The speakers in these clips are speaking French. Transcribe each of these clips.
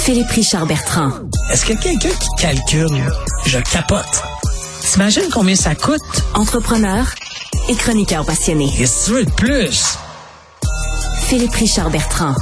Philippe Richard Bertrand. Est-ce qu'il y a quelqu'un qui calcule? Je capote. T'imagines combien ça coûte? Entrepreneur et chroniqueur passionné. Qu'est-ce que tu veux de plus? Philippe Richard Bertrand.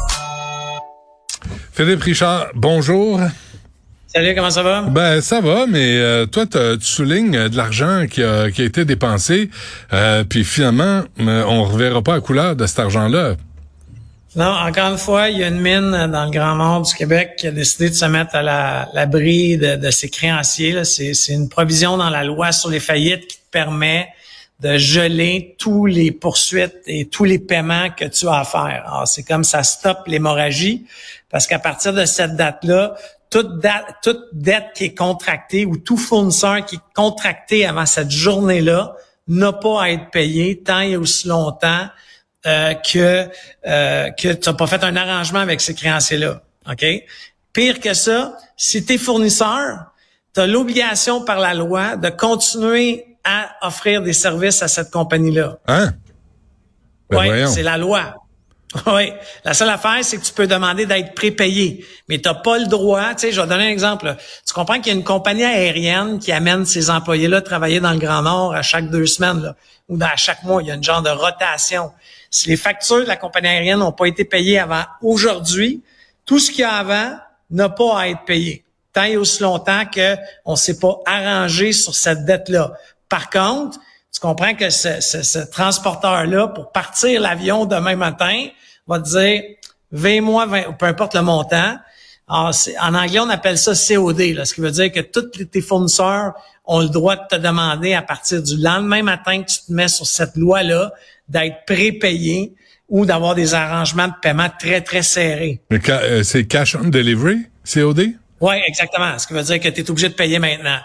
Philippe Richard, bonjour. Salut, comment ça va? Ben ça va, mais toi tu soulignes de l'argent qui a été dépensé, puis finalement on reverra pas la couleur de cet argent-là. Non, encore une fois, il y a une mine dans le Grand Nord du Québec qui a décidé de se mettre à l'abri de ses créanciers. Là. C'est une provision dans la loi sur les faillites qui te permet de geler tous les poursuites et tous les paiements que tu as à faire. Alors, c'est comme ça stoppe l'hémorragie, parce qu'à partir de cette date-là, toute dette qui est contractée ou tout fournisseur qui est contracté avant cette journée-là n'a pas à être payé tant et aussi longtemps que tu n'as pas fait un arrangement avec ces créanciers-là. OK? Pire que ça, si tu es fournisseur, tu as l'obligation par la loi de continuer à offrir des services à cette compagnie-là. Hein? Ben oui, voyons. c'est la loi. Oui. La seule affaire, c'est que tu peux demander d'être prépayé, mais tu n'as pas le droit. Tu sais, je vais donner un exemple. Tu comprends qu'il y a une compagnie aérienne qui amène ses employés-là travailler dans le Grand Nord à chaque 2 semaines, là, ou à chaque mois. Il y a une genre de rotation. Si les factures de la compagnie aérienne n'ont pas été payées avant aujourd'hui, tout ce qu'il y a avant n'a pas à être payé. Tant et aussi longtemps qu'on ne s'est pas arrangé sur cette dette-là. Par contre, tu comprends que ce transporteur-là, pour partir l'avion demain matin, va te dire « Paye-moi 20, peu importe le montant ». En anglais, on appelle ça COD, là, ce qui veut dire que tous tes fournisseurs ont le droit de te demander à partir du lendemain matin que tu te mets sur cette loi-là d'être prépayé ou d'avoir des arrangements de paiement très, très serrés. Mais c'est cash on delivery, COD? Oui, exactement. Ce qui veut dire que tu es obligé de payer maintenant.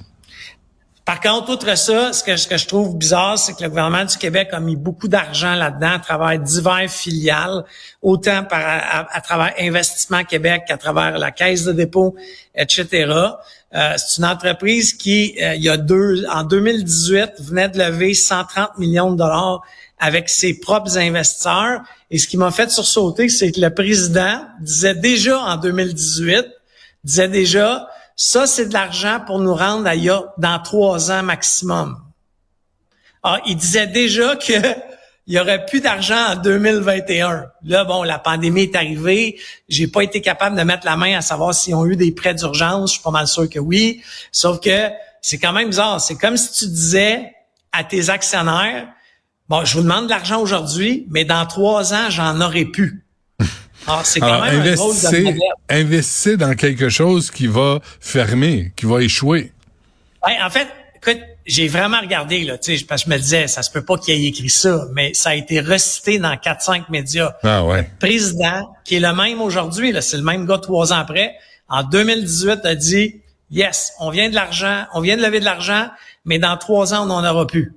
Par contre, outre ça, ce que je trouve bizarre, c'est que le gouvernement du Québec a mis beaucoup d'argent là-dedans à travers divers filiales, autant à travers Investissement Québec qu'à travers la Caisse de dépôt, etc. C'est une entreprise qui, en 2018, venait de lever 130 millions de dollars avec ses propres investisseurs. Et ce qui m'a fait sursauter, c'est que le président disait déjà en 2018, ça, c'est de l'argent pour nous rendre dans 3 ans maximum. Alors, il disait déjà que il y aurait plus d'argent en 2021. Là, bon, la pandémie est arrivée. J'ai pas été capable de mettre la main à savoir s'ils ont eu des prêts d'urgence. Je suis pas mal sûr que oui. Sauf que c'est quand même bizarre. C'est comme si tu disais à tes actionnaires, bon, je vous demande de l'argent aujourd'hui, mais dans 3 ans, j'en aurai plus. Alors, c'est quand même un drôle de modèle. Investissez dans quelque chose qui va fermer, qui va échouer. Ouais, en fait, écoute, j'ai vraiment regardé, là, tu sais, parce que je me disais, ça se peut pas qu'il ait écrit ça, mais ça a été recité dans 4-5 médias. Ah ouais. Le président, qui est le même aujourd'hui, là, c'est le même gars 3 ans après, en 2018 a dit, yes, on vient de lever de l'argent, mais dans 3 ans, on n'en aura plus.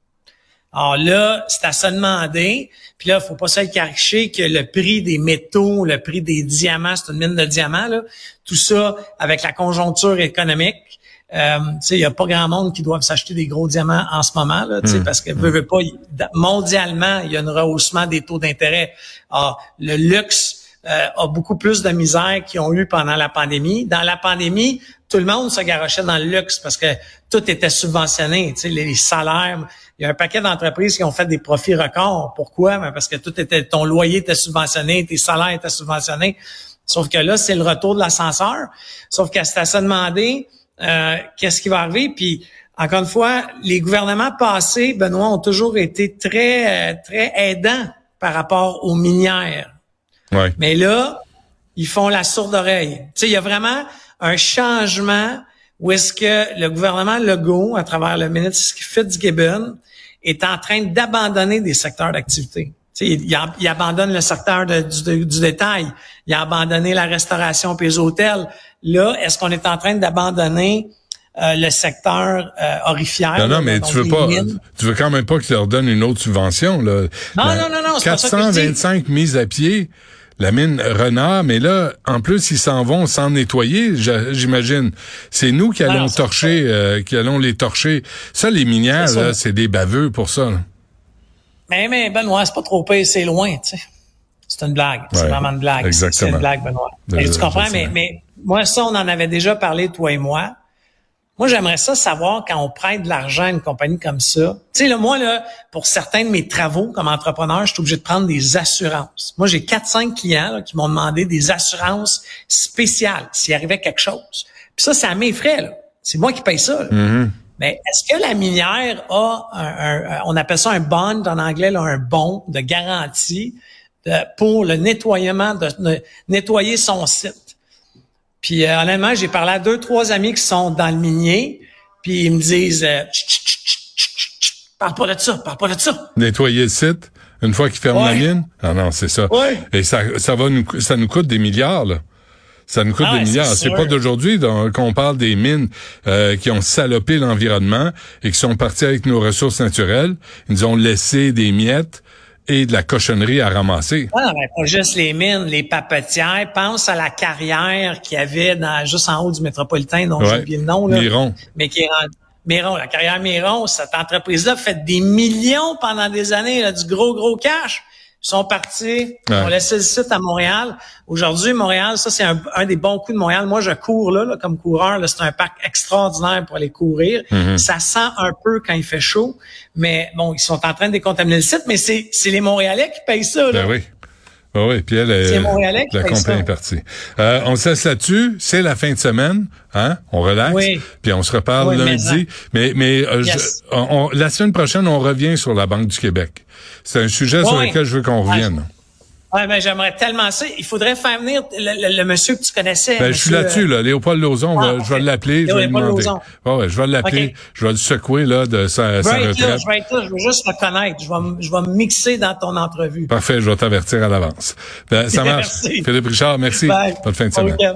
Alors là, c'est à se demander, puis là, faut pas se le cacher que le prix des métaux, le prix des diamants, c'est une mine de diamants, là, tout ça avec la conjoncture économique, tu sais, il y a pas grand monde qui doit s'acheter des gros diamants en ce moment, là, tu sais, parce que veut pas, mondialement, il y a un rehaussement des taux d'intérêt. Alors, le luxe a beaucoup plus de misère qu'ils ont eu pendant la pandémie. Dans la pandémie, tout le monde se garochait dans le luxe parce que tout était subventionné, tu sais, les salaires. Il y a un paquet d'entreprises qui ont fait des profits records. Pourquoi? Ben parce que ton loyer était subventionné, tes salaires étaient subventionnés. Sauf que là, c'est le retour de l'ascenseur. Sauf que c'est à se demander qu'est-ce qui va arriver. Puis, encore une fois, les gouvernements passés, Benoît, ont toujours été très, très aidants par rapport aux minières. Ouais. Mais là, ils font la sourde oreille. Tu sais, il y a vraiment un changement où est-ce que le gouvernement Legault, à travers le ministre Fitzgibbon, est en train d'abandonner des secteurs d'activité. Tu sais, il abandonne le secteur du détail, il a abandonné la restauration et les hôtels. Là, est-ce qu'on est en train d'abandonner le secteur aurifère? Non, mais tu veux quand même pas qu'ils leur donnent une autre subvention, là. Non, c'est pas ça que je dis. 425 mises à pied. La mine Renard, mais là, en plus, ils s'en vont sans nettoyer, j'imagine. C'est nous qui allons les torcher. Ça, les minières, là, c'est des baveux pour ça. Là. Mais Benoît, c'est pas trop pire, c'est loin, tu sais. C'est une blague. Ouais, C'est vraiment une blague. exactement. C'est une blague, Benoît. Tu comprends? Mais moi, ça, on en avait déjà parlé, toi et moi. Moi, j'aimerais ça savoir quand on prête de l'argent à une compagnie comme ça. Tu sais, là, moi, là, pour certains de mes travaux comme entrepreneur, je suis obligé de prendre des assurances. Moi, j'ai 4-5 clients là, qui m'ont demandé des assurances spéciales s'il arrivait quelque chose. Puis ça, à mes frais, là. C'est moi qui paye ça. Mm-hmm. Mais est-ce que la minière a on appelle ça un bond en anglais, là, un bon de garantie pour le nettoiement, de nettoyer son site? Puis honnêtement, j'ai parlé à 2-3 amis qui sont dans le minier, puis ils me disent parle pas de ça. Nettoyer le site une fois qu'ils ferment la mine? Ah non, c'est ça. Ouais. Et ça nous coûte des milliards, là. Ça nous coûte des milliards. C'est pas d'aujourd'hui qu'on parle des mines qui ont salopé l'environnement et qui sont partis avec nos ressources naturelles. Ils nous ont laissé des miettes et de la cochonnerie à ramasser. Ah, ben, pas juste les mines, les papetières. Pense à la carrière qu'il y avait juste en haut du métropolitain, dont j'ai oublié le nom, là. Miron. Mais qui est Miron, la carrière Miron, cette entreprise-là fait des millions pendant des années, là, du gros cash. Ils sont partis, ont laissé le site à Montréal. Aujourd'hui, Montréal, ça, c'est un des bons coups de Montréal. Moi, je cours là comme coureur. Là, c'est un parc extraordinaire pour aller courir. Mm-hmm. Ça sent un peu quand il fait chaud. Mais bon, ils sont en train de décontaminer le site. Mais c'est les Montréalais qui payent ça. Là. Ben oui. Oui, puis elle est la compagnie est partie. On se laisse là-dessus. C'est la fin de semaine, hein? On relaxe. Oui. Puis on se reparle lundi. Mais la semaine prochaine, on revient sur la Banque du Québec. C'est un sujet sur lequel je veux qu'on revienne. Ouais, ben j'aimerais tellement ça. Il faudrait faire venir le monsieur que tu connaissais. Ben je suis là-dessus, là. Léopold Lauzon, je vais l'appeler, je vais lui demander. Ouais, je vais l'appeler, je vais le secouer là de sa retraite. Je veux juste le connaître. Je vais me mixer dans ton entrevue. Parfait, je vais t'avertir à l'avance. Ben, ça marche. Philippe Richard, merci. Bye. Bonne fin de semaine.